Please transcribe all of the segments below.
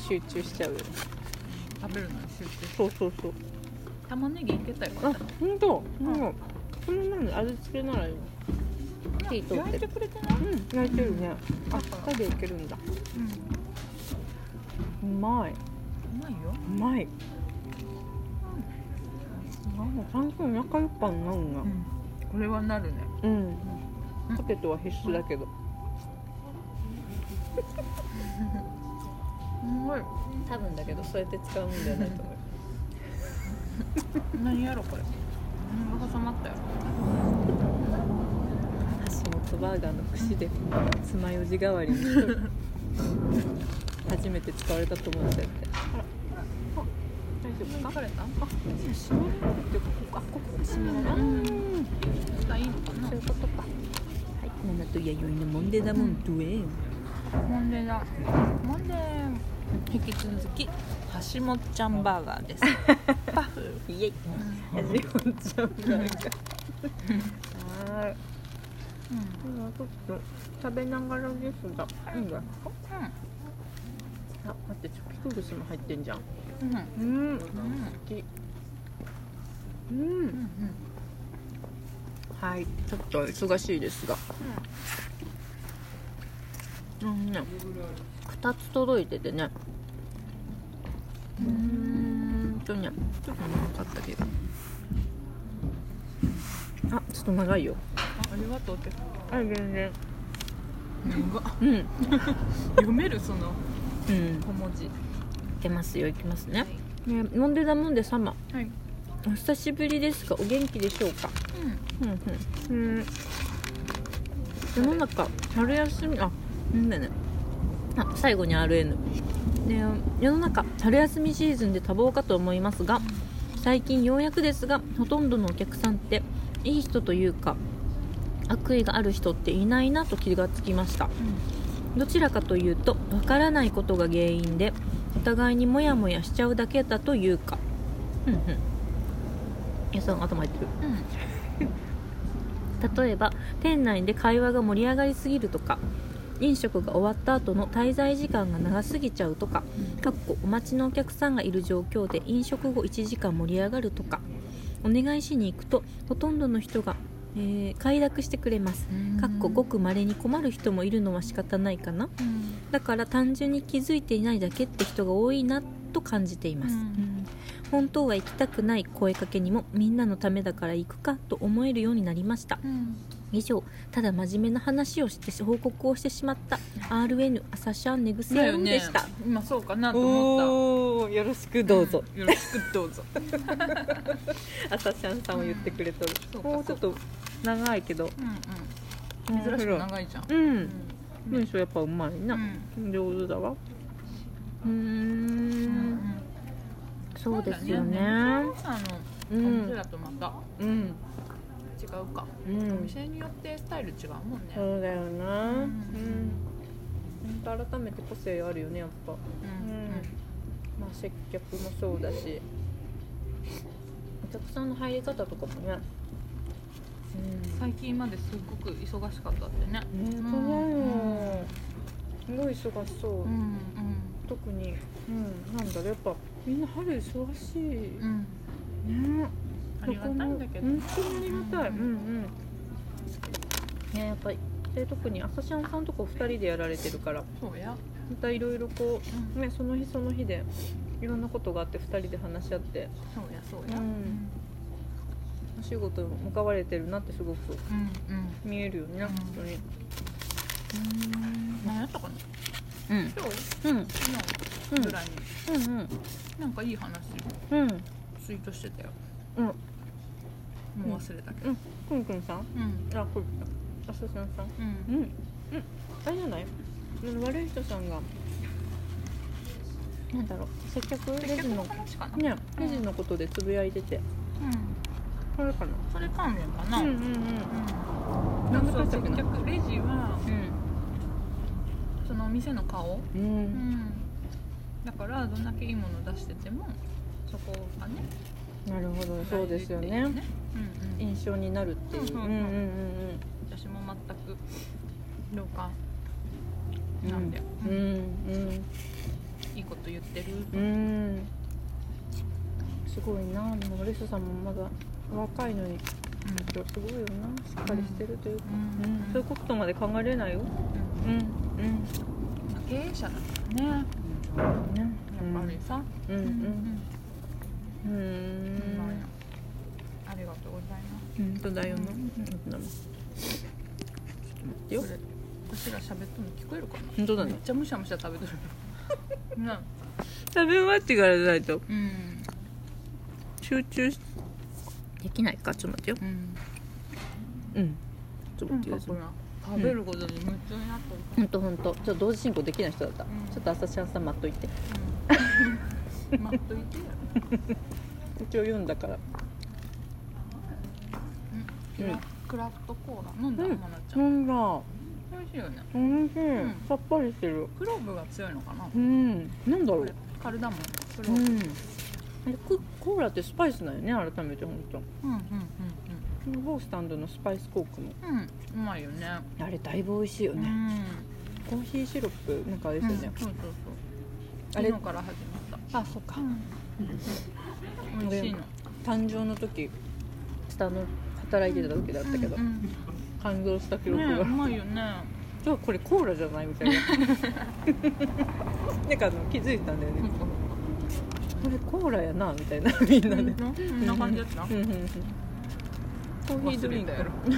集中しちゃうよね。 食べるのに集中。 そうそうそう。 玉ねぎいけたよかあった。 ほんと、このまま味付けならいいの。火通って焼いてくれてない？ 焼いてるね。あったでいけるんだ。うまい。 うまいよ。 うまい。ちゃんとお腹いっぱいになるな。 これはなるね。 ポテトは必須だけど。 すごい。 多分だけどそうやって使うもんじゃないと思う。 何やろこれ。何が挟まったよ。 橋本バーガーの串で爪楊枝代わりに初めて使われたと思って。大丈夫か？ 疲れた？ 閉められるっていうか、ここが閉められる。 いいのかな？ そういうことか。はい、七と弥生のモンデダモンドゥエ。 モンデだ。モンデ引き続き橋本ちゃんバーガーです。パフ。 イエイ。橋本ちゃんバーガー。はい。ちょっと食べながらですが、いいんだ。あ、待って、チョキクルスも入ってんじゃん。好き。はい、ちょっと忙しいですが。2つ届いててね。ちょっと長かったけど。あ、ちょっと長いよ。 ありがとうって。 あ、全然。 読めるその小文字。 いけますよ、いきますね。モンデダモンデ様。はい。お久しぶりですが、お元気でしょうか。世の中春休み、最後に RN で、世の中春休みシーズンで多忙かと思いますが、最近ようやくですが、ほとんどのお客さんっていい人というか悪意がある人っていないなと気がつきました。どちらかというとわからないことが原因でお互いにモヤモヤしちゃうだけだというか。やさん頭入ってる。例えば店内で会話が盛り上がりすぎるとか、飲食が終わった後の滞在時間が長すぎちゃうとか、お待ちのお客さんがいる状況で飲食後1時間盛り上がるとか、お願いしに行くとほとんどの人が、快諾してくれます。ごく稀に困る人もいるのは仕方ないかな。だから単純に気づいていないだけって人が多いなと感じています。本当は行きたくない声かけにもみんなのためだから行くかと思えるようになりました。以上、ただ真面目な話をして報告をしてしまった RN 朝シャンネグセヤロンでした。 今そうかなと思った。 よろしくどうぞ。 よろしくどうぞ。 朝シャンさんを言ってくれとる。もうちょっと長いけど、 珍しく長いじゃん。 文章やっぱうまいな。上手だわ。そうですよね。 お店だとまた違うか。お店によってスタイル違うもんね。 そうだよな。改めて個性あるよね、やっぱ。接客もそうだし、お客さんの入り方とかもね。 最近まですごく忙しかったってね。 すごい忙しそう。特に、なんだろう、やっぱみんな春忙しい。ね。 ありがたいんだけど。 本当にありがたい。ね、やっぱり特に朝シャンさんとか2人でやられてるから。 そうや。 またいろいろこう、ね、その日その日でいろんなことがあって2人で話し合って。 そうやそうや。 お仕事向かわれてるなってすごく見えるよね、本当に。 何やったかな。今日ぐらいになんかいい話ツイートしてたよ。もう忘れたけど。 くんくんさん？これ朝シャンさん？あれじゃない？悪い人さんがなんだろう、接客レジのね、レジのことでつぶやいてて。それかな？ それ関連かな。 なんか接客レジはそのお店の顔。だからどんだけいいもの出しててもそこがね。 なるほど、そうですよね。印象になるっていう。私も全く同感なんで、いいこと言っってる。 すごいな。でもレスさんもまだ若いのに、すごいよな。しっかりしてるというか、そういうことまで考えれないよ。 経営者だからね。やっぱりさ。ありがとうございます。 本当だよな。 私ら喋ったの聞こえるかな。 本当だね。 めっちゃむしゃむしゃ食べとる。な。 食べ終わってからじゃないと。集中できないか。ちょっと待ってよ。ちょっと待ってください。 食べることに夢中になってる。 ほんとちょっと同時進行できない人だった。ちょっと朝シャンさん待っといて。 待っといてや。 一応読んだから。 クラフトコーラ飲んだ？まなちゃん。 飲んだ。 美味しいよね。 美味しい。さっぱりしてる。 クローブが強いのかな。 なんだろう。 カルダモン。クローブ。 コーラってスパイスなんよね。改めて本当。ボースタンドのスパイスコークも。 うまいよね。 あれだいぶ美味しいよね。コーヒーシロップなんかあれですよね。 そう。あれから始まった。 あ、そうか。 美味しいの。 誕生の時下の働いてた時だったけど、感動した記憶が。 うまいよね。 じゃあこれコーラじゃないみたいな。なんか気づいたんだよね。これコーラやなみたいな、みんなで。 そんな感じだった。 コーヒードリンク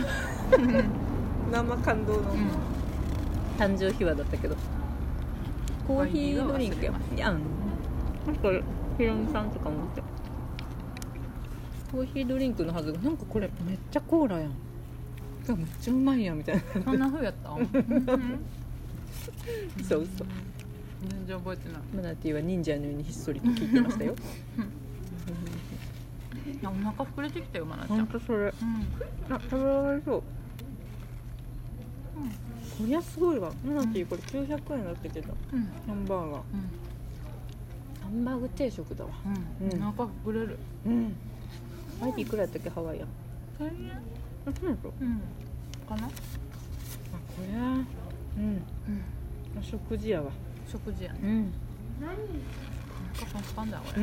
生感動の誕生秘話だったけど、コーヒードリンクや。いや、なんかヒロミさんとかもってコーヒードリンクのはずが、なんかこれめっちゃコーラやん、めっちゃうまいやんみたいな。 そんな風やった？ そう全然覚えてない。 マナティーは忍者のようにひっそりと聞いてましたよ。 お腹膨れてきたよ、マナちゃん。 ほんとそれ。食べられそう。こりゃすごいわ。マナティーこれ900円だって言ってた。ハンバーガー。ハンバーグ定食だわ。 お腹膨れる。 あれいくらやったっけ、ハワイアン。 1000円？ そうそう。 かな？ これ食事やわ。 食事やね。お腹パンパンだこれ。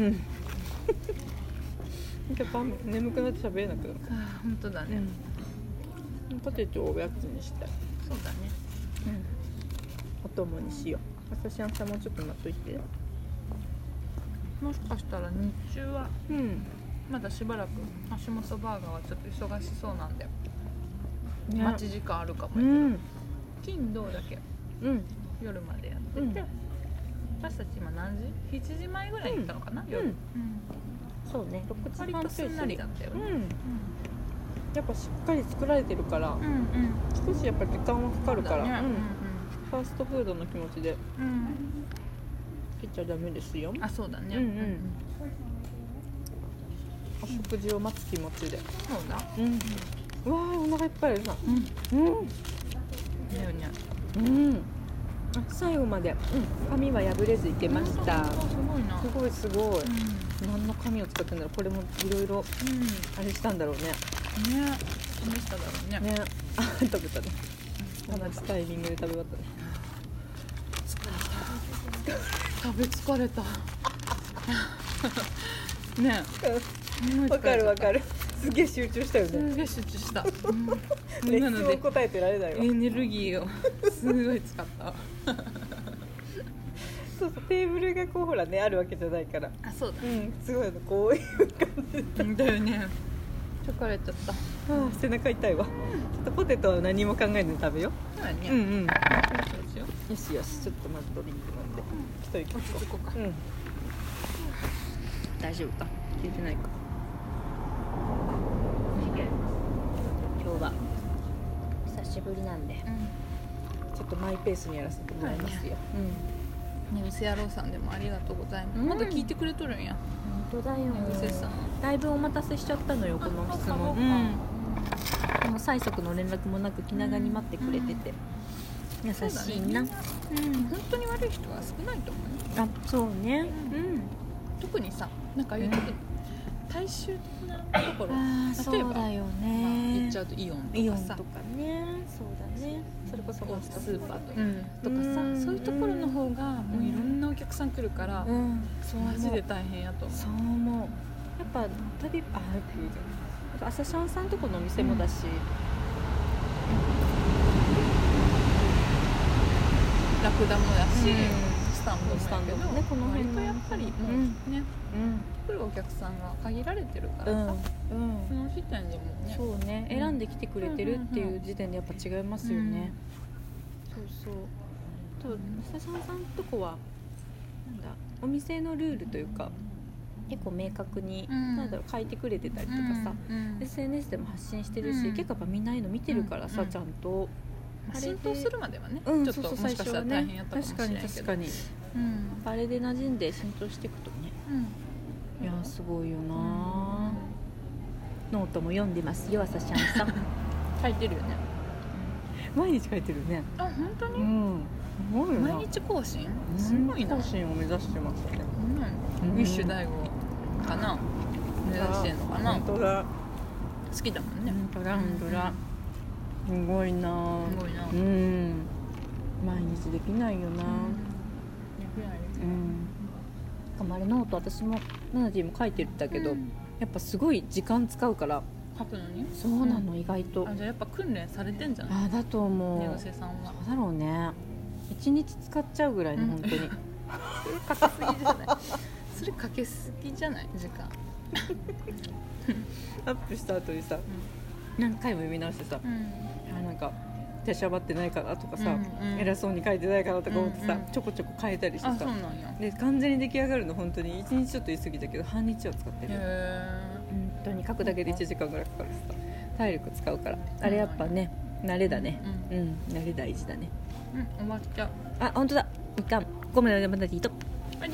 やっぱ眠くなって喋れなくなる。 本当だね。 ポテトをおやつにしたい。 そうだね。 お供にしよう。朝シャンさんもちょっと待っといて。 もしかしたら日中はまだしばらく橋本バーガーはちょっと忙しそうなんで、待ち時間あるかもやけど、金土だけ夜までやってて、私たち今何時？7時前ぐらいに行ったのかな、夜。 そうね、6時半すんなりだったよね。 やっぱしっかり作られてるから、少しやっぱ時間はかかるから、ファーストフードの気持ちで切っちゃダメですよ。 あ、そうだね。 お食事を待つ気持ちで。 そうだ。 うわー、お腹いっぱいあるな。最後まで紙は破れずいけました。すごいな。 すごい。何の紙を使ってんだろう。これもいろいろあれしたんだろうね。 試しただろうね。 あ、食べたね。同じタイミングで食べ終わったね。 食べ疲れた。ね。 わかるわかる。すげえ集中したよね。 すげえ集中した。 レッスンを答えてられないわ。 エネルギーをすごい使った。 そう、テーブルがこうほらねあるわけじゃないから。 あ、そうだ。 すごいこういう感じだよね。疲れちゃった。 背中痛いわ。ちょっとポテトは何も考えずに食べよう。 そうだね。 よしよし、ちょっとまずドリンク飲んで一息落ち着こうか。 大丈夫か、聞いてないか。今日は久しぶりなんで、ちょっとマイペースにやらせてもらいますよ。 寝癖野郎さんでもありがとうございます。まだ聞いてくれとるんや。 本当だよ。 寝癖さんだいぶお待たせしちゃったのよ、この質問。でも催促の連絡もなく気長に待ってくれてて、優しいな。本当に悪い人は少ないと思う。 あ、そうね。 特にさ、なんか言うと大衆なところ、例えばそうだよね。 言っちゃうとイオンとかさ、 とかね。そうだね。 それこそスーパーとか、 とかさ、 そういうところの方がもういろんなお客さん来るから、 そうマジで大変やと思う。 そう思う。やっぱ朝シャンさんとこのお店もだし、 ラクダもだし、スタンドもやけど、 ね、この辺割とやっぱりもうね、来るお客さんが限られてるからさ、その時点でもね、 そうね、選んできてくれてるっていう時点でやっぱ違いますよね。そうと朝シャンさんとこはなんだ、お店のルールというか結構明確に、なんだろう、書いてくれてたりとかさ、SNS でも発信してるし、結構やっぱみんなああいうの見てるからさ、ちゃんと浸透するまではね、ちょっともしかしたら大変やったかもしれないけど、 確かにあれで馴染んで浸透していくとね、いやすごいよな。ノートも読んでますよ、朝シャンさん。 書いてるよね。 毎日書いてるね。 あ、本当に？ すごいな。 毎日更新？すごいな。 更新を目指してますね。 ウィッシュ大悟かな、目指してんのかな。 本当だ。 好きだもんね。 本当だ。すごいな。毎日できないよな。できない。あれノート私もナナティも書いてるんだけど、やっぱすごい時間使うから書くのに。 そうなの、意外と。 じゃあやっぱ訓練されてんじゃない？ だと思う。 寝癖さんは。 そうだろうね。1日使っちゃうぐらいの、本当に。 それかけすぎじゃない時間。 アップした後にさ、何回も読み直してさ、なんか出しゃばってないかなとかさ、偉そうに書いてないかなとか思ってさ、ちょこちょこ変えたりしてさ、 そうなんや。 で完全に出来上がるの本当に1日ちょっと言い過ぎたけど半日は使ってる。本当に書くだけで1時間ぐらいかかるしさ、体力使うから。あれやっぱね、慣れだね。慣れ大事だね。 終わっちゃう。 本当だ、いかん。ごめんなさい、まだいいと。